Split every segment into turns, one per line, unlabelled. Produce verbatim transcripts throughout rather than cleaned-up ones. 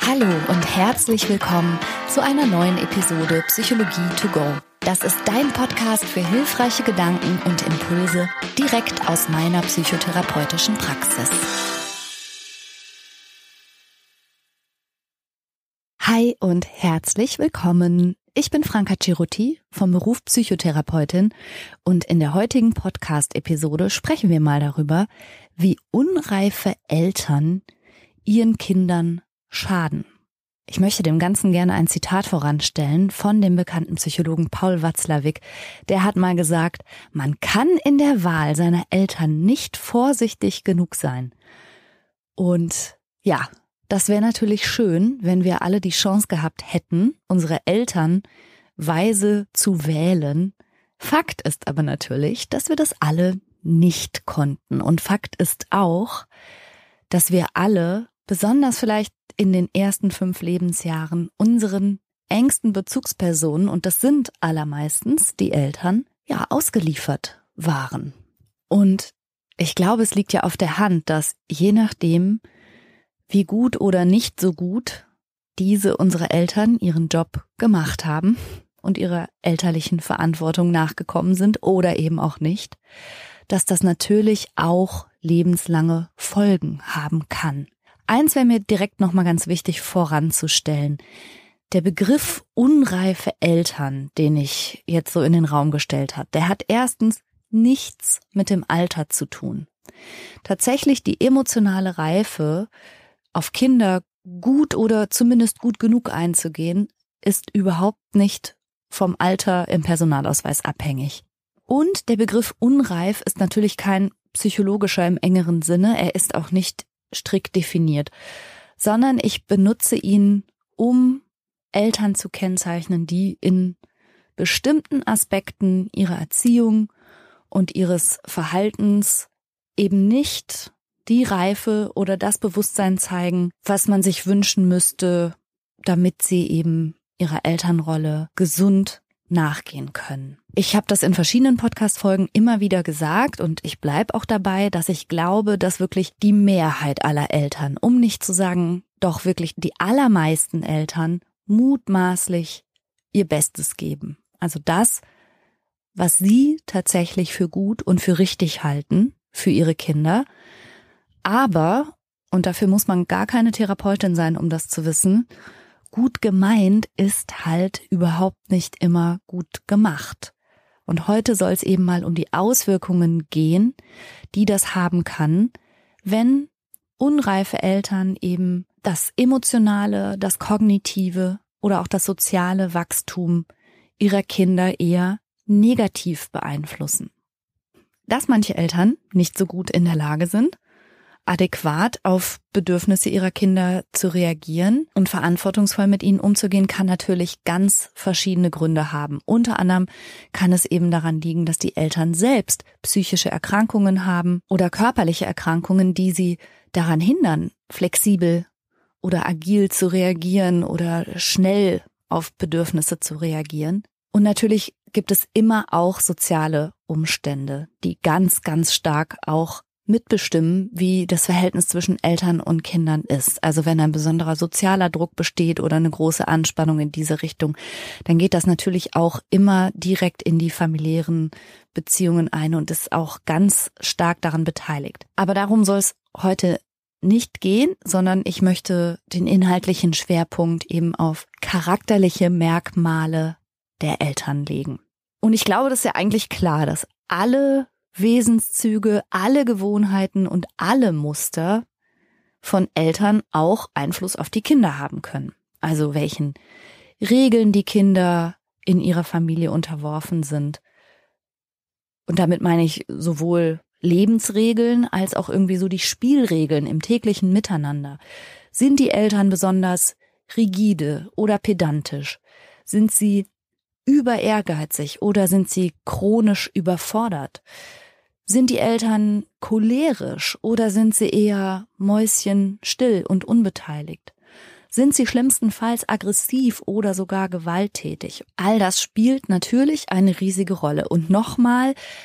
Hallo und herzlich willkommen zu einer neuen Episode Psychologie to go. Das ist dein Podcast für hilfreiche Gedanken und Impulse direkt aus meiner psychotherapeutischen Praxis. Hi und herzlich willkommen. Ich bin Franka Cerutti, vom Beruf Psychotherapeutin, und in der heutigen Podcast-Episode sprechen wir mal darüber, wie unreife Eltern ihren Kindern schaden. Ich möchte dem Ganzen gerne ein Zitat voranstellen von dem bekannten Psychologen Paul Watzlawick. Der hat mal gesagt, man kann in der Wahl seiner Eltern nicht vorsichtig genug sein. Und ja, das wäre natürlich schön, wenn wir alle die Chance gehabt hätten, unsere Eltern weise zu wählen. Fakt ist aber natürlich, dass wir das alle nicht konnten. Und Fakt ist auch, dass wir alle, besonders vielleicht in den ersten fünf Lebensjahren, unseren engsten Bezugspersonen, und das sind allermeistens die Eltern, ja, ausgeliefert waren. Und ich glaube, es liegt ja auf der Hand, dass je nachdem, wie gut oder nicht so gut diese unsere Eltern ihren Job gemacht haben und ihrer elterlichen Verantwortung nachgekommen sind oder eben auch nicht, dass das natürlich auch lebenslange Folgen haben kann. Eins wäre mir direkt nochmal ganz wichtig voranzustellen. Der Begriff unreife Eltern, den ich jetzt so in den Raum gestellt habe, der hat erstens nichts mit dem Alter zu tun. Tatsächlich die emotionale Reife, auf Kinder gut oder zumindest gut genug einzugehen, ist überhaupt nicht vom Alter im Personalausweis abhängig. Und der Begriff unreif ist natürlich kein psychologischer im engeren Sinne, er ist auch nicht strikt definiert, sondern ich benutze ihn, um Eltern zu kennzeichnen, die in bestimmten Aspekten ihrer Erziehung und ihres Verhaltens eben nicht die Reife oder das Bewusstsein zeigen, was man sich wünschen müsste, damit sie eben ihrer Elternrolle gesund nachgehen können. Ich habe das in verschiedenen Podcast-Folgen immer wieder gesagt und ich bleibe auch dabei, dass ich glaube, dass wirklich die Mehrheit aller Eltern, um nicht zu sagen, doch wirklich die allermeisten Eltern mutmaßlich ihr Bestes geben. Also das, was sie tatsächlich für gut und für richtig halten für ihre Kinder. Aber, und dafür muss man gar keine Therapeutin sein, um das zu wissen, gut gemeint ist halt überhaupt nicht immer gut gemacht. Und heute soll es eben mal um die Auswirkungen gehen, die das haben kann, wenn unreife Eltern eben das emotionale, das kognitive oder auch das soziale Wachstum ihrer Kinder eher negativ beeinflussen. Dass manche Eltern nicht so gut in der Lage sind, adäquat auf Bedürfnisse ihrer Kinder zu reagieren und verantwortungsvoll mit ihnen umzugehen, kann natürlich ganz verschiedene Gründe haben. Unter anderem kann es eben daran liegen, dass die Eltern selbst psychische Erkrankungen haben oder körperliche Erkrankungen, die sie daran hindern, flexibel oder agil zu reagieren oder schnell auf Bedürfnisse zu reagieren. Und natürlich gibt es immer auch soziale Umstände, die ganz, ganz stark auch mitbestimmen, wie das Verhältnis zwischen Eltern und Kindern ist. Also wenn ein besonderer sozialer Druck besteht oder eine große Anspannung in diese Richtung, dann geht das natürlich auch immer direkt in die familiären Beziehungen ein und ist auch ganz stark daran beteiligt. Aber darum soll es heute nicht gehen, sondern ich möchte den inhaltlichen Schwerpunkt eben auf charakterliche Merkmale der Eltern legen. Und ich glaube, das ist ja eigentlich klar, dass alle Wesenszüge, alle Gewohnheiten und alle Muster von Eltern auch Einfluss auf die Kinder haben können. Also welchen Regeln die Kinder in ihrer Familie unterworfen sind. Und damit meine ich sowohl Lebensregeln als auch irgendwie so die Spielregeln im täglichen Miteinander. Sind die Eltern besonders rigide oder pedantisch? Sind sie über ehrgeizig oder sind sie chronisch überfordert? Sind die Eltern cholerisch oder sind sie eher mäuschenstill und unbeteiligt? Sind sie schlimmstenfalls aggressiv oder sogar gewalttätig? All das spielt natürlich eine riesige Rolle. Und nochmal,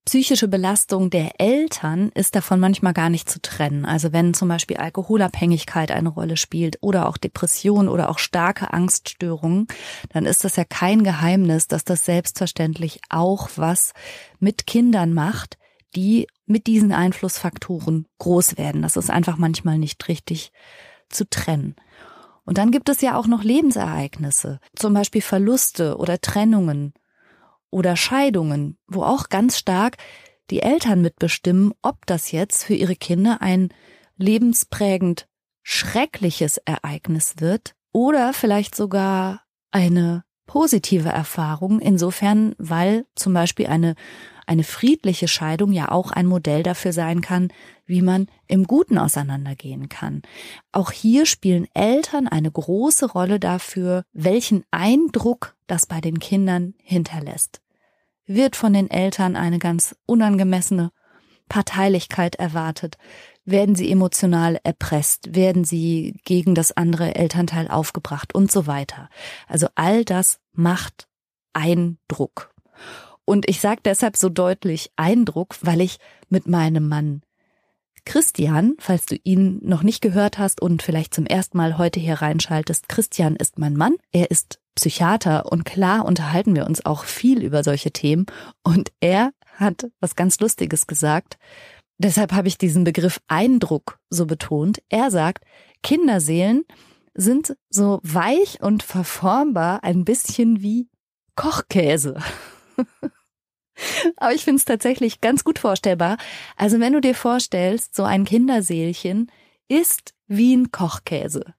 psychische Belastung der Eltern ist davon manchmal gar nicht zu trennen. Also wenn zum Beispiel Alkoholabhängigkeit eine Rolle spielt oder auch Depression oder auch starke Angststörungen, dann ist das ja kein Geheimnis, dass das selbstverständlich auch was mit Kindern macht, die mit diesen Einflussfaktoren groß werden. Das ist einfach manchmal nicht richtig zu trennen. Und dann gibt es ja auch noch Lebensereignisse, zum Beispiel Verluste oder Trennungen oder Scheidungen, wo auch ganz stark die Eltern mitbestimmen, ob das jetzt für ihre Kinder ein lebensprägend schreckliches Ereignis wird oder vielleicht sogar eine positive Erfahrung, insofern, weil zum Beispiel eine eine friedliche Scheidung ja auch ein Modell dafür sein kann, wie man im Guten auseinandergehen kann. Auch hier spielen Eltern eine große Rolle dafür, welchen Eindruck das bei den Kindern hinterlässt. Wird von den Eltern eine ganz unangemessene Parteilichkeit erwartet? Werden sie emotional erpresst? Werden sie gegen das andere Elternteil aufgebracht und so weiter? Also all das macht Eindruck. Und ich sage deshalb so deutlich Eindruck, weil ich mit meinem Mann Christian, falls du ihn noch nicht gehört hast und vielleicht zum ersten Mal heute hier reinschaltest, Christian ist mein Mann, er ist Psychiater und klar unterhalten wir uns auch viel über solche Themen und er hat was ganz Lustiges gesagt, deshalb habe ich diesen Begriff Eindruck so betont. Er sagt, Kinderseelen sind so weich und verformbar, ein bisschen wie Kochkäse. Aber ich finde es tatsächlich ganz gut vorstellbar. Also wenn du dir vorstellst, so ein Kinderseelchen ist wie ein Kochkäse.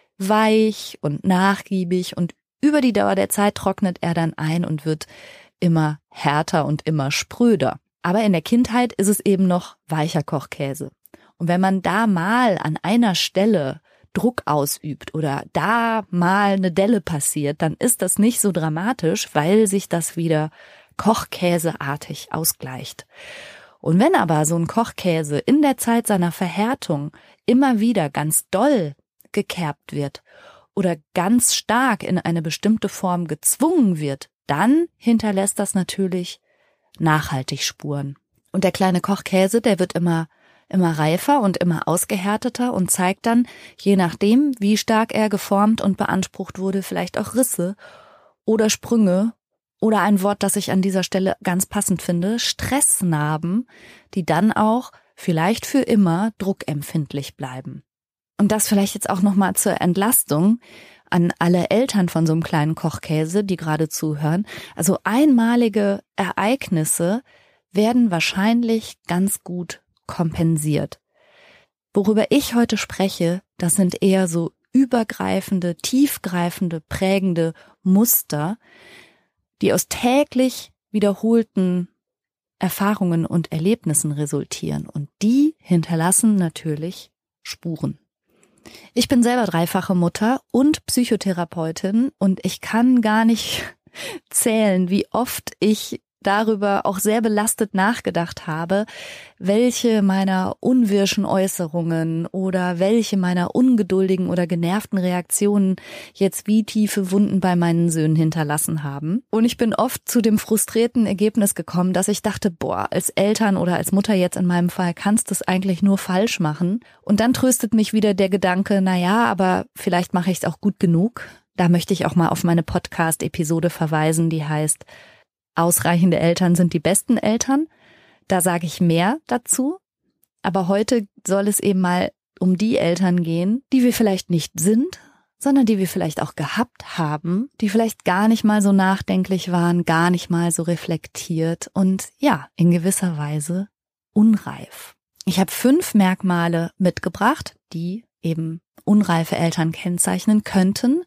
Weich und nachgiebig und über die Dauer der Zeit trocknet er dann ein und wird immer härter und immer spröder. Aber in der Kindheit ist es eben noch weicher Kochkäse. Und wenn man da mal an einer Stelle Druck ausübt oder da mal eine Delle passiert, dann ist das nicht so dramatisch, weil sich das wieder kochkäseartig ausgleicht. Und wenn aber so ein Kochkäse in der Zeit seiner Verhärtung immer wieder ganz doll gekerbt wird oder ganz stark in eine bestimmte Form gezwungen wird, dann hinterlässt das natürlich nachhaltig Spuren. Und der kleine Kochkäse, der wird immer immer reifer und immer ausgehärteter und zeigt dann, je nachdem, wie stark er geformt und beansprucht wurde, vielleicht auch Risse oder Sprünge oder ein Wort, das ich an dieser Stelle ganz passend finde, Stressnarben, die dann auch vielleicht für immer druckempfindlich bleiben. Und das vielleicht jetzt auch nochmal zur Entlastung an alle Eltern von so einem kleinen Kochkäse, die gerade zuhören. Also einmalige Ereignisse werden wahrscheinlich ganz gut kompensiert. Worüber ich heute spreche, das sind eher so übergreifende, tiefgreifende, prägende Muster, die aus täglich wiederholten Erfahrungen und Erlebnissen resultieren. Und die hinterlassen natürlich Spuren. Ich bin selber dreifache Mutter und Psychotherapeutin und ich kann gar nicht zählen, wie oft ich darüber auch sehr belastet nachgedacht habe, welche meiner unwirschen Äußerungen oder welche meiner ungeduldigen oder genervten Reaktionen jetzt wie tiefe Wunden bei meinen Söhnen hinterlassen haben. Und ich bin oft zu dem frustrierten Ergebnis gekommen, dass ich dachte, boah, als Eltern oder als Mutter jetzt in meinem Fall kannst du es eigentlich nur falsch machen. Und dann tröstet mich wieder der Gedanke, na ja, aber vielleicht mache ich es auch gut genug. Da möchte ich auch mal auf meine Podcast-Episode verweisen, die heißt Ausreichende Eltern sind die besten Eltern. Da sage ich mehr dazu. Aber heute soll es eben mal um die Eltern gehen, die wir vielleicht nicht sind, sondern die wir vielleicht auch gehabt haben, die vielleicht gar nicht mal so nachdenklich waren, gar nicht mal so reflektiert und ja, in gewisser Weise unreif. Ich habe fünf Merkmale mitgebracht, die eben unreife Eltern kennzeichnen könnten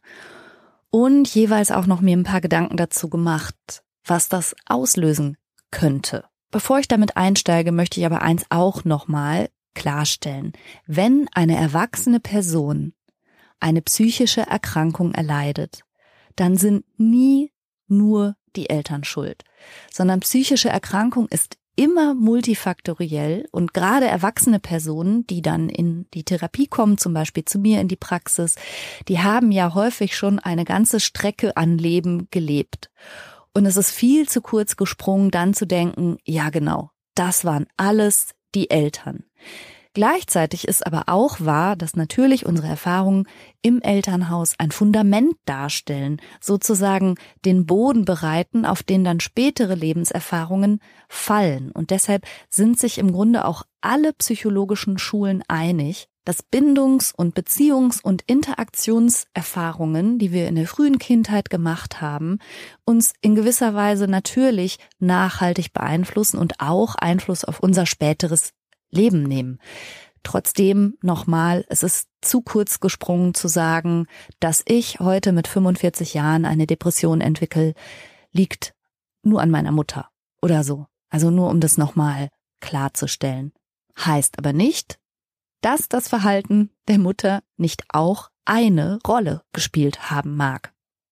und jeweils auch noch mir ein paar Gedanken dazu gemacht, was das auslösen könnte. Bevor ich damit einsteige, möchte ich aber eins auch nochmal klarstellen. Wenn eine erwachsene Person eine psychische Erkrankung erleidet, dann sind nie nur die Eltern schuld, sondern psychische Erkrankung ist immer multifaktoriell und gerade erwachsene Personen, die dann in die Therapie kommen, zum Beispiel zu mir in die Praxis, die haben ja häufig schon eine ganze Strecke an Leben gelebt. Und es ist viel zu kurz gesprungen, dann zu denken, ja genau, das waren alles die Eltern. Gleichzeitig ist aber auch wahr, dass natürlich unsere Erfahrungen im Elternhaus ein Fundament darstellen, sozusagen den Boden bereiten, auf den dann spätere Lebenserfahrungen fallen. Und deshalb sind sich im Grunde auch alle psychologischen Schulen einig, dass Bindungs- und Beziehungs- und Interaktionserfahrungen, die wir in der frühen Kindheit gemacht haben, uns in gewisser Weise natürlich nachhaltig beeinflussen und auch Einfluss auf unser späteres Leben nehmen. Trotzdem nochmal, es ist zu kurz gesprungen zu sagen, dass ich heute mit fünfundvierzig Jahren eine Depression entwickle, liegt nur an meiner Mutter oder so. Also nur um das nochmal klarzustellen. Heißt aber nicht, dass das Verhalten der Mutter nicht auch eine Rolle gespielt haben mag.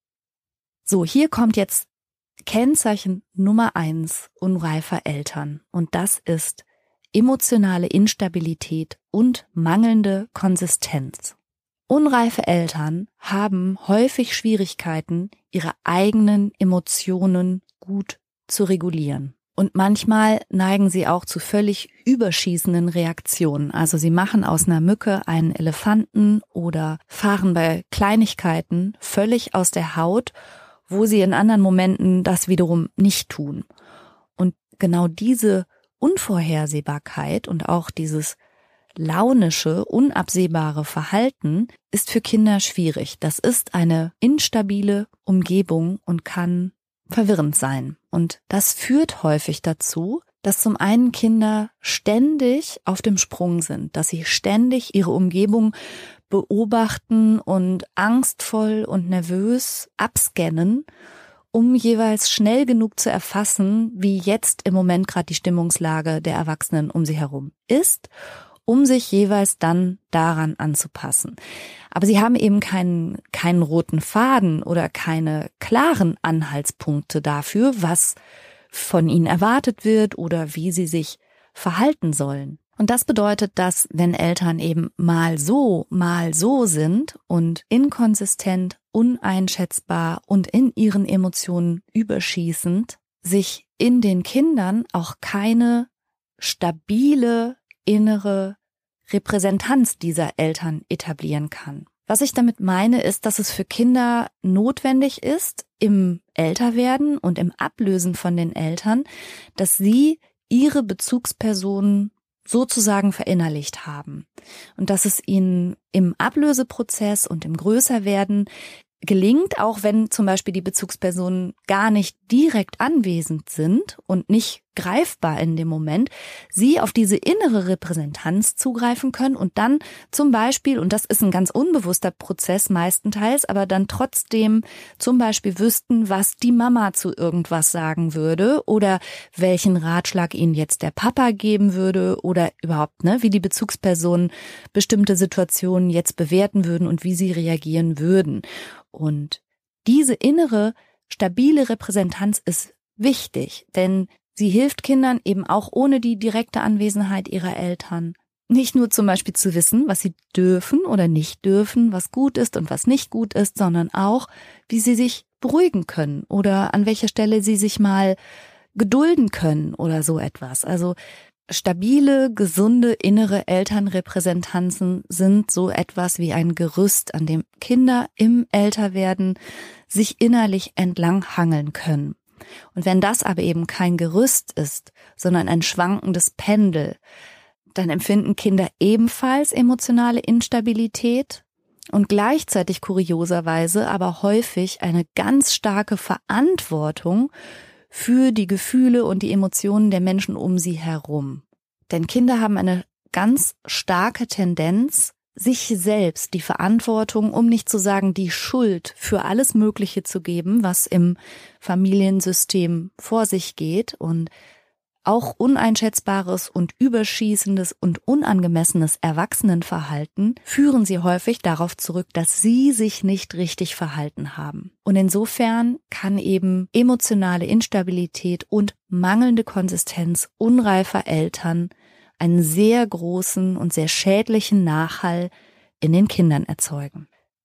So, hier kommt jetzt Kennzeichen Nummer eins unreifer Eltern und das ist emotionale Instabilität und mangelnde Konsistenz. Unreife Eltern haben häufig Schwierigkeiten, ihre eigenen Emotionen gut zu regulieren. Und manchmal neigen sie auch zu völlig überschießenden Reaktionen. Also sie machen aus einer Mücke einen Elefanten oder fahren bei Kleinigkeiten völlig aus der Haut, wo sie in anderen Momenten das wiederum nicht tun. Und genau diese Unvorhersehbarkeit und auch dieses launische, unabsehbare Verhalten ist für Kinder schwierig. Das ist eine instabile Umgebung und kann verwirrend sein. Und das führt häufig dazu, dass zum einen Kinder ständig auf dem Sprung sind, dass sie ständig ihre Umgebung beobachten und angstvoll und nervös abscannen, um jeweils schnell genug zu erfassen, wie jetzt im Moment gerade die Stimmungslage der Erwachsenen um sie herum ist, um sich jeweils dann daran anzupassen. Aber sie haben eben keinen, keinen roten Faden oder keine klaren Anhaltspunkte dafür, was von ihnen erwartet wird oder wie sie sich verhalten sollen. Und das bedeutet, dass wenn Eltern eben mal so, mal so sind und inkonsistent, uneinschätzbar und in ihren Emotionen überschießend, sich in den Kindern auch keine stabile innere Repräsentanz dieser Eltern etablieren kann. Was ich damit meine, ist, dass es für Kinder notwendig ist, im Älterwerden und im Ablösen von den Eltern, dass sie ihre Bezugspersonen sozusagen verinnerlicht haben und dass es ihnen im Ablöseprozess und im Größerwerden gelingt, auch wenn zum Beispiel die Bezugspersonen gar nicht direkt anwesend sind und nicht greifbar in dem Moment, sie auf diese innere Repräsentanz zugreifen können und dann zum Beispiel, und das ist ein ganz unbewusster Prozess meistenteils, aber dann trotzdem zum Beispiel wüssten, was die Mama zu irgendwas sagen würde oder welchen Ratschlag ihnen jetzt der Papa geben würde oder überhaupt, ne, wie die Bezugspersonen bestimmte Situationen jetzt bewerten würden und wie sie reagieren würden. Und diese innere, stabile Repräsentanz ist wichtig, denn sie hilft Kindern eben auch ohne die direkte Anwesenheit ihrer Eltern, nicht nur zum Beispiel zu wissen, was sie dürfen oder nicht dürfen, was gut ist und was nicht gut ist, sondern auch, wie sie sich beruhigen können oder an welcher Stelle sie sich mal gedulden können oder so etwas. Also stabile, gesunde innere Elternrepräsentanzen sind so etwas wie ein Gerüst, an dem Kinder im Älterwerden sich innerlich entlang hangeln können. Und wenn das aber eben kein Gerüst ist, sondern ein schwankendes Pendel, dann empfinden Kinder ebenfalls emotionale Instabilität und gleichzeitig kurioserweise aber häufig eine ganz starke Verantwortung für die Gefühle und die Emotionen der Menschen um sie herum. Denn Kinder haben eine ganz starke Tendenz, sich selbst die Verantwortung, um nicht zu sagen die Schuld für alles Mögliche zu geben, was im Familiensystem vor sich geht, und auch uneinschätzbares und überschießendes und unangemessenes Erwachsenenverhalten führen sie häufig darauf zurück, dass sie sich nicht richtig verhalten haben. Und insofern kann eben emotionale Instabilität und mangelnde Konsistenz unreifer Eltern einen sehr großen und sehr schädlichen Nachhall in den Kindern erzeugen.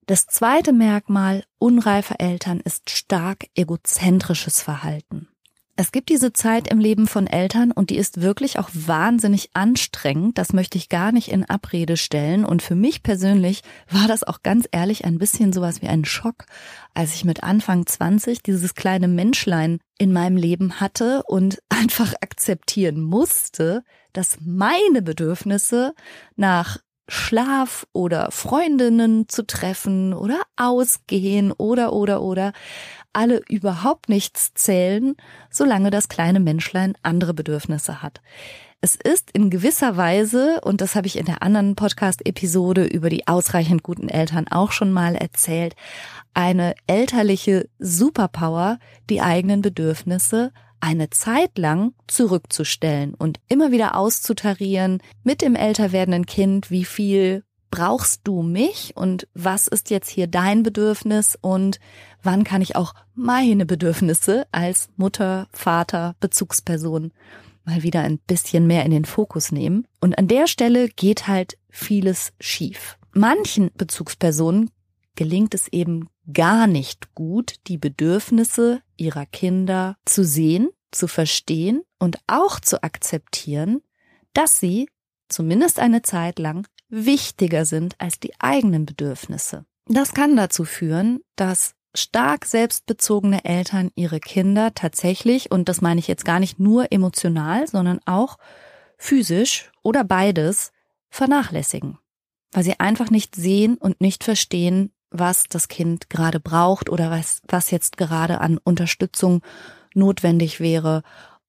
Das zweite Merkmal unreifer Eltern ist stark egozentrisches Verhalten. Es gibt diese Zeit im Leben von Eltern und die ist wirklich auch wahnsinnig anstrengend. Das möchte ich gar nicht in Abrede stellen. Und für mich persönlich war das auch ganz ehrlich ein bisschen sowas wie ein Schock, als ich mit Anfang zwanzig dieses kleine Menschlein in meinem Leben hatte und einfach akzeptieren musste, dass meine Bedürfnisse nach Schlaf oder Freundinnen zu treffen oder ausgehen oder, oder, oder alle überhaupt nichts zählen, solange das kleine Menschlein andere Bedürfnisse hat. Es ist in gewisser Weise, und das habe ich in der anderen Podcast-Episode über die ausreichend guten Eltern auch schon mal erzählt, eine elterliche Superpower, die eigenen Bedürfnisse eine Zeit lang zurückzustellen und immer wieder auszutarieren mit dem älter werdenden Kind, wie viel brauchst du mich und was ist jetzt hier dein Bedürfnis und wann kann ich auch meine Bedürfnisse als Mutter, Vater, Bezugsperson mal wieder ein bisschen mehr in den Fokus nehmen. Und an der Stelle geht halt vieles schief. Manchen Bezugspersonen gelingt es eben gar nicht gut, die Bedürfnisse ihrer Kinder zu sehen, zu verstehen und auch zu akzeptieren, dass sie zumindest eine Zeit lang wichtiger sind als die eigenen Bedürfnisse. Das kann dazu führen, dass stark selbstbezogene Eltern ihre Kinder tatsächlich, und das meine ich jetzt gar nicht nur emotional, sondern auch physisch oder beides, vernachlässigen, weil sie einfach nicht sehen und nicht verstehen, was das Kind gerade braucht oder was, was jetzt gerade an Unterstützung notwendig wäre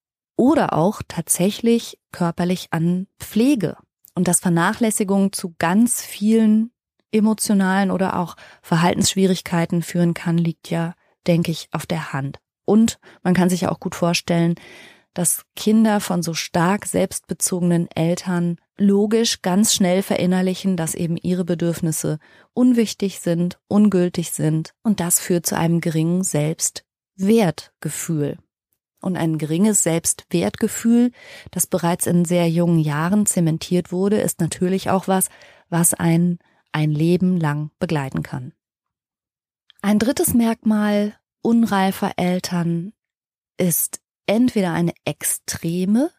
oder auch tatsächlich körperlich an Pflege. Und dass Vernachlässigung zu ganz vielen emotionalen oder auch Verhaltensschwierigkeiten führen kann, liegt ja, denke ich, auf der Hand. Und man kann sich ja auch gut vorstellen, dass Kinder von so stark selbstbezogenen Eltern logisch ganz schnell verinnerlichen, dass eben ihre Bedürfnisse unwichtig sind, ungültig sind. Und das führt zu einem geringen Selbstwertgefühl. Und ein geringes Selbstwertgefühl, das bereits in sehr jungen Jahren zementiert wurde, ist natürlich auch was, was einen ein Leben lang begleiten kann. Ein drittes Merkmal unreifer Eltern ist entweder eine extreme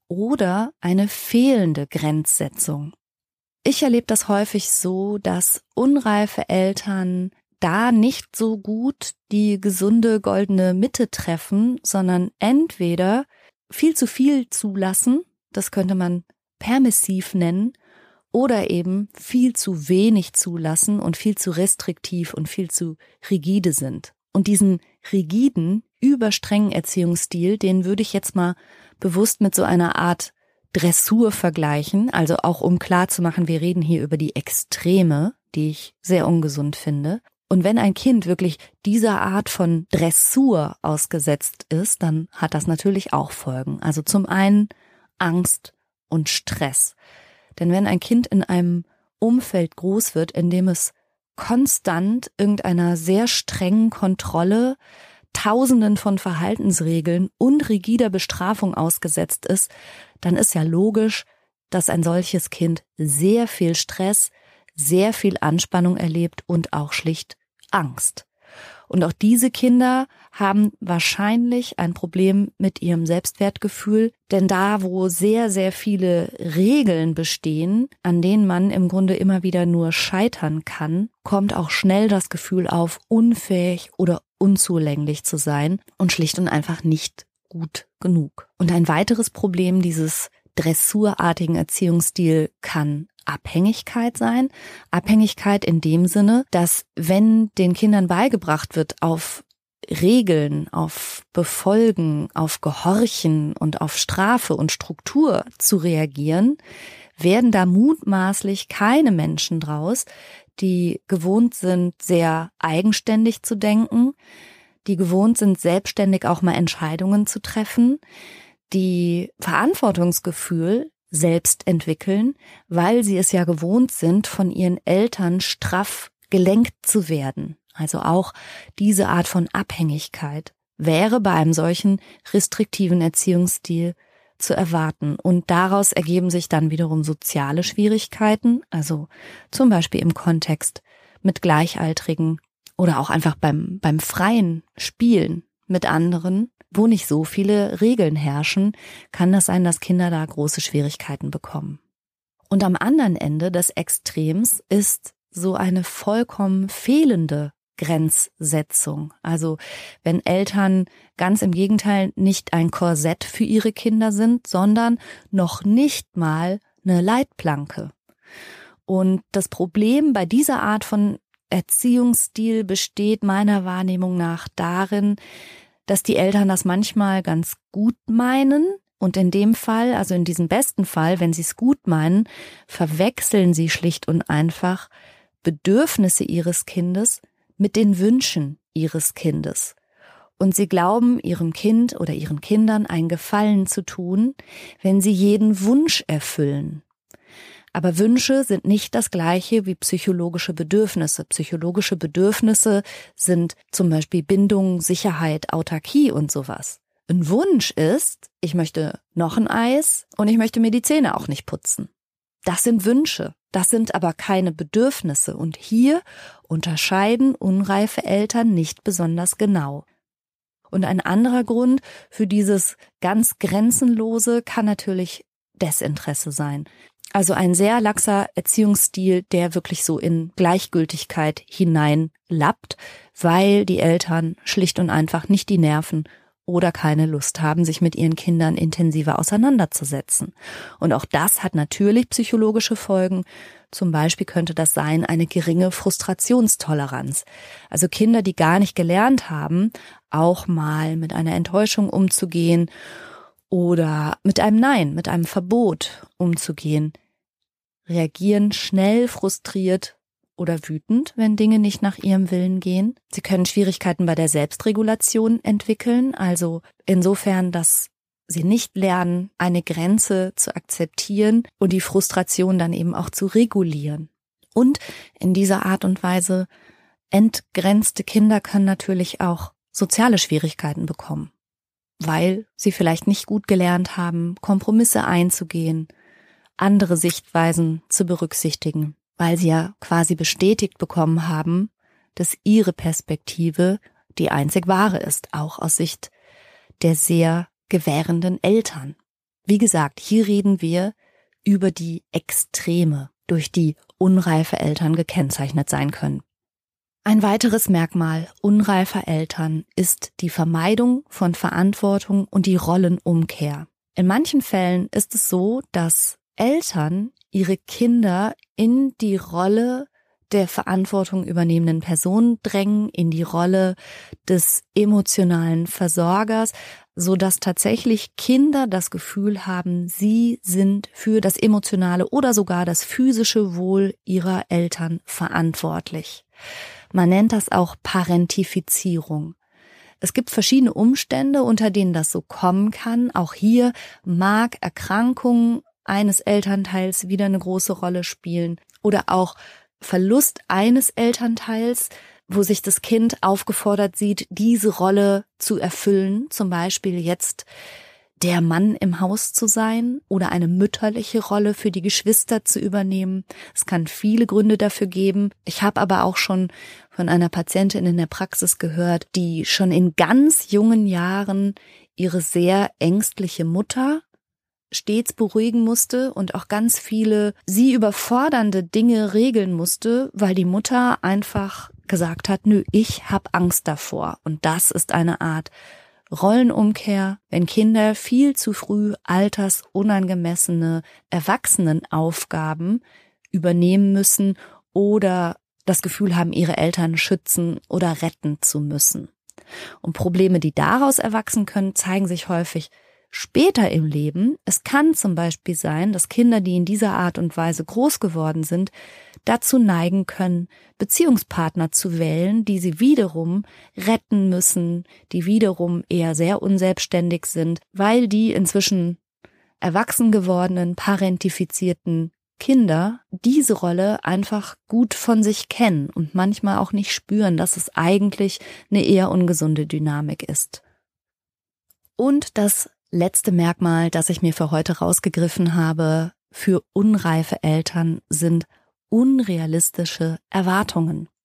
oder eine fehlende Grenzsetzung. Ich erlebe das häufig so, dass unreife Eltern da nicht so gut die gesunde goldene Mitte treffen, sondern entweder viel zu viel zulassen, das könnte man permissiv nennen, oder eben viel zu wenig zulassen und viel zu restriktiv und viel zu rigide sind. Und diesen rigiden, überstrengen Erziehungsstil, den würde ich jetzt mal bewusst mit so einer Art Dressur vergleichen, also auch um klarzumachen, wir reden hier über die Extreme, die ich sehr ungesund finde. Und wenn ein Kind wirklich dieser Art von Dressur ausgesetzt ist, dann hat das natürlich auch Folgen. Also zum einen Angst und Stress. Denn wenn ein Kind in einem Umfeld groß wird, in dem es konstant irgendeiner sehr strengen Kontrolle, Tausenden von Verhaltensregeln und rigider Bestrafung ausgesetzt ist, dann ist ja logisch, dass ein solches Kind sehr viel Stress, sehr viel Anspannung erlebt und auch schlicht Angst. Und auch diese Kinder haben wahrscheinlich ein Problem mit ihrem Selbstwertgefühl, denn da, wo sehr, sehr viele Regeln bestehen, an denen man im Grunde immer wieder nur scheitern kann, kommt auch schnell das Gefühl auf, unfähig oder unzulänglich zu sein und schlicht und einfach nicht gut genug. Und ein weiteres Problem dieses dressurartigen Erziehungsstil kann Abhängigkeit sein. Abhängigkeit in dem Sinne, dass wenn den Kindern beigebracht wird, auf Regeln, auf Befolgen, auf Gehorchen und auf Strafe und Struktur zu reagieren, werden da mutmaßlich keine Menschen draus, die gewohnt sind, sehr eigenständig zu denken, die gewohnt sind, selbstständig auch mal Entscheidungen zu treffen, die Verantwortungsgefühl selbst entwickeln, weil sie es ja gewohnt sind, von ihren Eltern straff gelenkt zu werden. Also auch diese Art von Abhängigkeit wäre bei einem solchen restriktiven Erziehungsstil zu erwarten. Und daraus ergeben sich dann wiederum soziale Schwierigkeiten, also zum Beispiel im Kontext mit Gleichaltrigen oder auch einfach beim, beim freien Spielen mit anderen, wo nicht so viele Regeln herrschen, kann das sein, dass Kinder da große Schwierigkeiten bekommen. Und am anderen Ende des Extrems ist so eine vollkommen fehlende Grenzsetzung. Also wenn Eltern ganz im Gegenteil nicht ein Korsett für ihre Kinder sind, sondern noch nicht mal eine Leitplanke. Und das Problem bei dieser Art von Erziehungsstil besteht meiner Wahrnehmung nach darin, dass die Eltern das manchmal ganz gut meinen und in dem Fall, also in diesem besten Fall, wenn sie es gut meinen, verwechseln sie schlicht und einfach Bedürfnisse ihres Kindes mit den Wünschen ihres Kindes. Und sie glauben, ihrem Kind oder ihren Kindern einen Gefallen zu tun, wenn sie jeden Wunsch erfüllen. Aber Wünsche sind nicht das Gleiche wie psychologische Bedürfnisse. Psychologische Bedürfnisse sind zum Beispiel Bindung, Sicherheit, Autarkie und sowas. Ein Wunsch ist, ich möchte noch ein Eis und ich möchte mir die Zähne auch nicht putzen. Das sind Wünsche, das sind aber keine Bedürfnisse. Und hier unterscheiden unreife Eltern nicht besonders genau. Und ein anderer Grund für dieses ganz Grenzenlose kann natürlich Desinteresse sein. Also ein sehr laxer Erziehungsstil, der wirklich so in Gleichgültigkeit hineinlappt, weil die Eltern schlicht und einfach nicht die Nerven oder keine Lust haben, sich mit ihren Kindern intensiver auseinanderzusetzen. Und auch das hat natürlich psychologische Folgen. Zum Beispiel könnte das sein, eine geringe Frustrationstoleranz. Also Kinder, die gar nicht gelernt haben, auch mal mit einer Enttäuschung umzugehen oder mit einem Nein, mit einem Verbot umzugehen, reagieren schnell frustriert oder wütend, wenn Dinge nicht nach ihrem Willen gehen. Sie können Schwierigkeiten bei der Selbstregulation entwickeln, also insofern, dass sie nicht lernen, eine Grenze zu akzeptieren und die Frustration dann eben auch zu regulieren. Und in dieser Art und Weise entgrenzte Kinder können natürlich auch soziale Schwierigkeiten bekommen, weil sie vielleicht nicht gut gelernt haben, Kompromisse einzugehen, andere Sichtweisen zu berücksichtigen, weil sie ja quasi bestätigt bekommen haben, dass ihre Perspektive die einzig wahre ist, auch aus Sicht der sehr gewährenden Eltern. Wie gesagt, hier reden wir über die Extreme, durch die unreife Eltern gekennzeichnet sein können. Ein weiteres Merkmal unreifer Eltern ist die Vermeidung von Verantwortung und die Rollenumkehr. In manchen Fällen ist es so, dass Eltern ihre Kinder in die Rolle der Verantwortung übernehmenden Person drängen, in die Rolle des emotionalen Versorgers, so dass tatsächlich Kinder das Gefühl haben, sie sind für das emotionale oder sogar das physische Wohl ihrer Eltern verantwortlich. Man nennt das auch Parentifizierung. Es gibt verschiedene Umstände, unter denen das so kommen kann. Auch hier mag Erkrankung eines Elternteils wieder eine große Rolle spielen oder auch Verlust eines Elternteils, wo sich das Kind aufgefordert sieht, diese Rolle zu erfüllen, zum Beispiel jetzt der Mann im Haus zu sein oder eine mütterliche Rolle für die Geschwister zu übernehmen. Es kann viele Gründe dafür geben. Ich habe aber auch schon von einer Patientin in der Praxis gehört, die schon in ganz jungen Jahren ihre sehr ängstliche Mutter stets beruhigen musste und auch ganz viele sie überfordernde Dinge regeln musste, weil die Mutter einfach gesagt hat, nö, ich habe Angst davor. Und das ist eine Art Rollenumkehr, wenn Kinder viel zu früh altersunangemessene Erwachsenenaufgaben übernehmen müssen oder das Gefühl haben, ihre Eltern schützen oder retten zu müssen. Und Probleme, die daraus erwachsen können, zeigen sich häufig später im Leben. Es kann zum Beispiel sein, dass Kinder, die in dieser Art und Weise groß geworden sind, dazu neigen können, Beziehungspartner zu wählen, die sie wiederum retten müssen, die wiederum eher sehr unselbstständig sind, weil die inzwischen erwachsen gewordenen, parentifizierten Kinder diese Rolle einfach gut von sich kennen und manchmal auch nicht spüren, dass es eigentlich eine eher ungesunde Dynamik ist. Und das letzte Merkmal, das ich mir für heute rausgegriffen habe, für unreife Eltern sind unrealistische Erwartungen.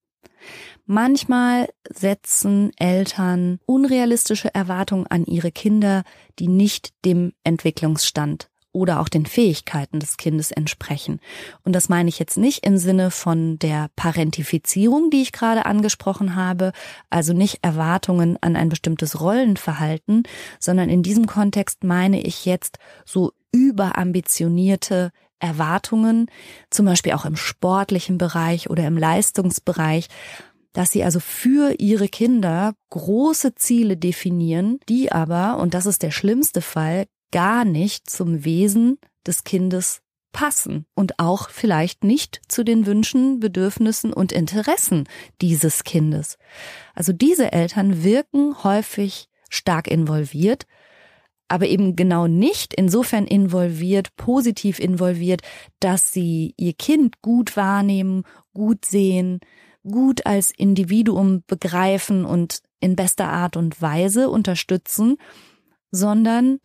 Manchmal setzen Eltern unrealistische Erwartungen an ihre Kinder, die nicht dem Entwicklungsstand oder auch den Fähigkeiten des Kindes entsprechen. Und das meine ich jetzt nicht im Sinne von der Parentifizierung, die ich gerade angesprochen habe, also nicht Erwartungen an ein bestimmtes Rollenverhalten, sondern in diesem Kontext meine ich jetzt so überambitionierte Erwartungen, zum Beispiel auch im sportlichen Bereich oder im Leistungsbereich, dass sie also für ihre Kinder große Ziele definieren, die aber, und das ist der schlimmste Fall, gar nicht zum Wesen des Kindes passen und auch vielleicht nicht zu den Wünschen, Bedürfnissen und Interessen dieses Kindes. Also diese Eltern wirken häufig stark involviert, aber eben genau nicht insofern involviert, positiv involviert, dass sie ihr Kind gut wahrnehmen, gut sehen, gut als Individuum begreifen und in bester Art und Weise unterstützen, sondern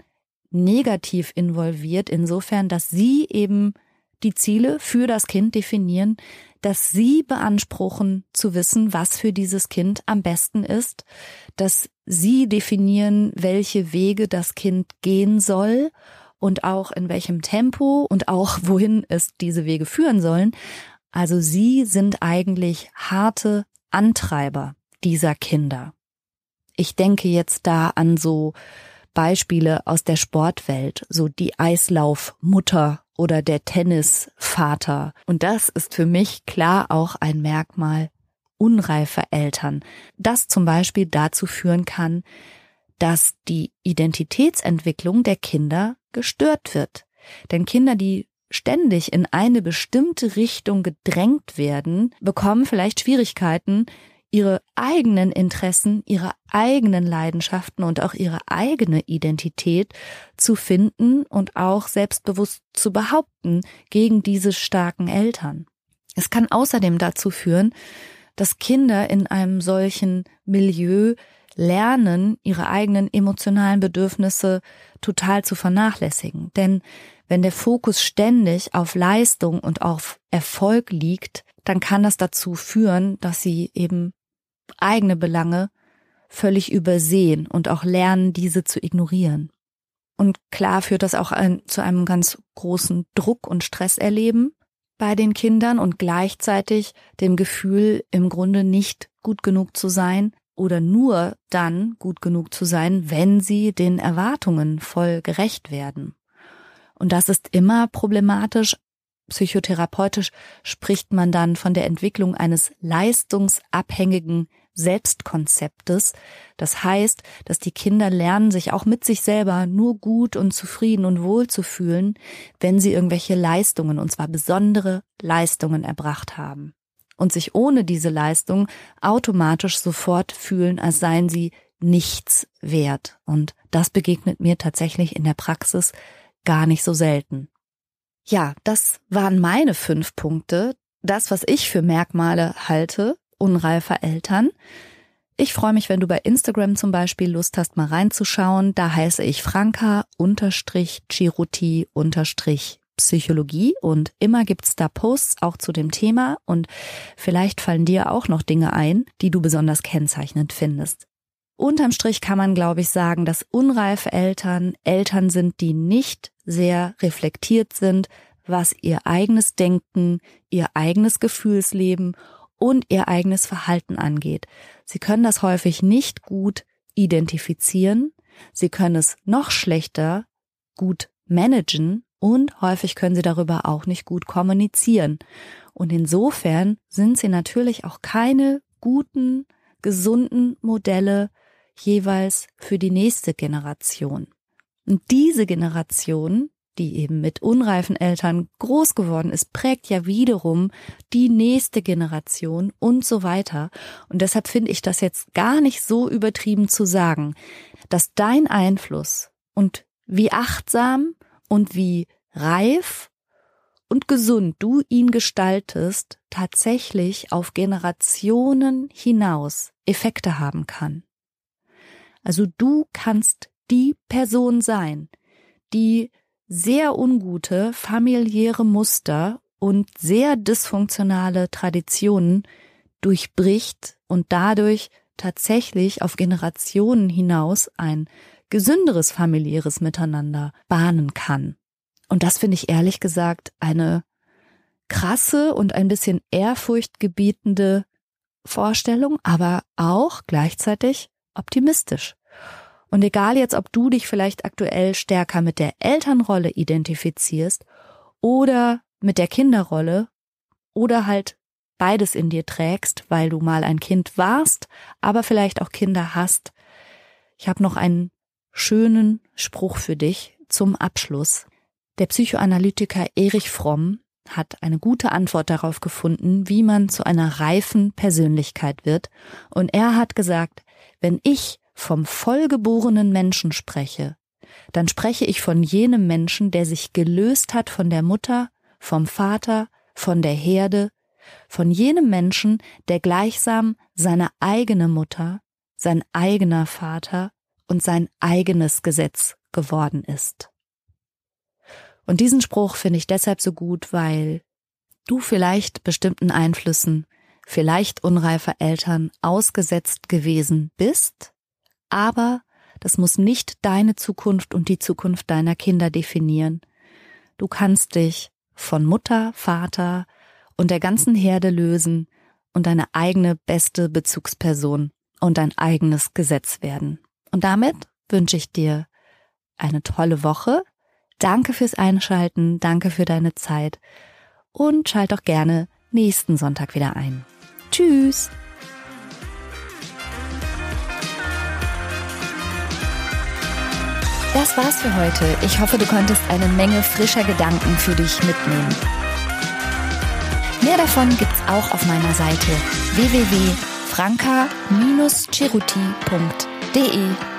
negativ involviert insofern, dass sie eben die Ziele für das Kind definieren, dass sie beanspruchen zu wissen, was für dieses Kind am besten ist, dass sie definieren, welche Wege das Kind gehen soll und auch in welchem Tempo und auch wohin es diese Wege führen sollen. Also sie sind eigentlich harte Antreiber dieser Kinder. Ich denke jetzt da an so Beispiele aus der Sportwelt, so die Eislaufmutter oder der Tennisvater. Und das ist für mich klar auch ein Merkmal unreifer Eltern, das zum Beispiel dazu führen kann, dass die Identitätsentwicklung der Kinder gestört wird. Denn Kinder, die ständig in eine bestimmte Richtung gedrängt werden, bekommen vielleicht Schwierigkeiten, ihre eigenen Interessen, ihre eigenen Leidenschaften und auch ihre eigene Identität zu finden und auch selbstbewusst zu behaupten gegen diese starken Eltern. Es kann außerdem dazu führen, dass Kinder in einem solchen Milieu lernen, ihre eigenen emotionalen Bedürfnisse total zu vernachlässigen. Denn wenn der Fokus ständig auf Leistung und auf Erfolg liegt, dann kann das dazu führen, dass sie eben eigene Belange völlig übersehen und auch lernen, diese zu ignorieren. Und klar führt das auch ein, zu einem ganz großen Druck- und Stresserleben bei den Kindern und gleichzeitig dem Gefühl, im Grunde nicht gut genug zu sein oder nur dann gut genug zu sein, wenn sie den Erwartungen voll gerecht werden. Und das ist immer problematisch. Psychotherapeutisch spricht man dann von der Entwicklung eines leistungsabhängigen Selbstkonzeptes. Das heißt, dass die Kinder lernen, sich auch mit sich selber nur gut und zufrieden und wohl zu fühlen, wenn sie irgendwelche Leistungen, und zwar besondere Leistungen erbracht haben. Und sich ohne diese Leistung automatisch sofort fühlen, als seien sie nichts wert. Und das begegnet mir tatsächlich in der Praxis gar nicht so selten. Ja, das waren meine fünf Punkte. Das, was ich für Merkmale halte, unreifer Eltern. Ich freue mich, wenn du bei Instagram zum Beispiel Lust hast, mal reinzuschauen. Da heiße ich Franka-Chiruti-Psychologie und immer gibt's da Posts auch zu dem Thema und vielleicht fallen dir auch noch Dinge ein, die du besonders kennzeichnend findest. Unterm Strich kann man, glaube ich, sagen, dass unreife Eltern Eltern sind, die nicht sehr reflektiert sind, was ihr eigenes Denken, ihr eigenes Gefühlsleben und ihr eigenes Verhalten angeht. Sie können das häufig nicht gut identifizieren, sie können es noch schlechter gut managen und häufig können sie darüber auch nicht gut kommunizieren. Und insofern sind sie natürlich auch keine guten, gesunden Modelle jeweils für die nächste Generation. Und diese Generation, die eben mit unreifen Eltern groß geworden ist, prägt ja wiederum die nächste Generation und so weiter. Und deshalb finde ich das jetzt gar nicht so übertrieben zu sagen, dass dein Einfluss und wie achtsam und wie reif und gesund du ihn gestaltest, tatsächlich auf Generationen hinaus Effekte haben kann. Also du kannst die Person sein, die sehr ungute familiäre Muster und sehr dysfunktionale Traditionen durchbricht und dadurch tatsächlich auf Generationen hinaus ein gesünderes familiäres Miteinander bahnen kann. Und das finde ich ehrlich gesagt eine krasse und ein bisschen ehrfurchtgebietende Vorstellung, aber auch gleichzeitig optimistisch. Und egal jetzt, ob du dich vielleicht aktuell stärker mit der Elternrolle identifizierst oder mit der Kinderrolle oder halt beides in dir trägst, weil du mal ein Kind warst, aber vielleicht auch Kinder hast. Ich habe noch einen schönen Spruch für dich zum Abschluss. Der Psychoanalytiker Erich Fromm hat eine gute Antwort darauf gefunden, wie man zu einer reifen Persönlichkeit wird. Und er hat gesagt, wenn ich vom vollgeborenen Menschen spreche, dann spreche ich von jenem Menschen, der sich gelöst hat von der Mutter, vom Vater, von der Herde, von jenem Menschen, der gleichsam seine eigene Mutter, sein eigener Vater und sein eigenes Gesetz geworden ist. Und diesen Spruch finde ich deshalb so gut, weil du vielleicht bestimmten Einflüssen, vielleicht unreifer Eltern ausgesetzt gewesen bist, aber das muss nicht deine Zukunft und die Zukunft deiner Kinder definieren. Du kannst dich von Mutter, Vater und der ganzen Herde lösen und deine eigene beste Bezugsperson und dein eigenes Gesetz werden. Und damit wünsche ich dir eine tolle Woche. Danke fürs Einschalten, danke für deine Zeit und schalt auch gerne nächsten Sonntag wieder ein. Tschüss! Das war's für heute. Ich hoffe, du konntest eine Menge frischer Gedanken für dich mitnehmen. Mehr davon gibt's auch auf meiner Seite w w w punkt franka Bindestrich ceruti punkt de.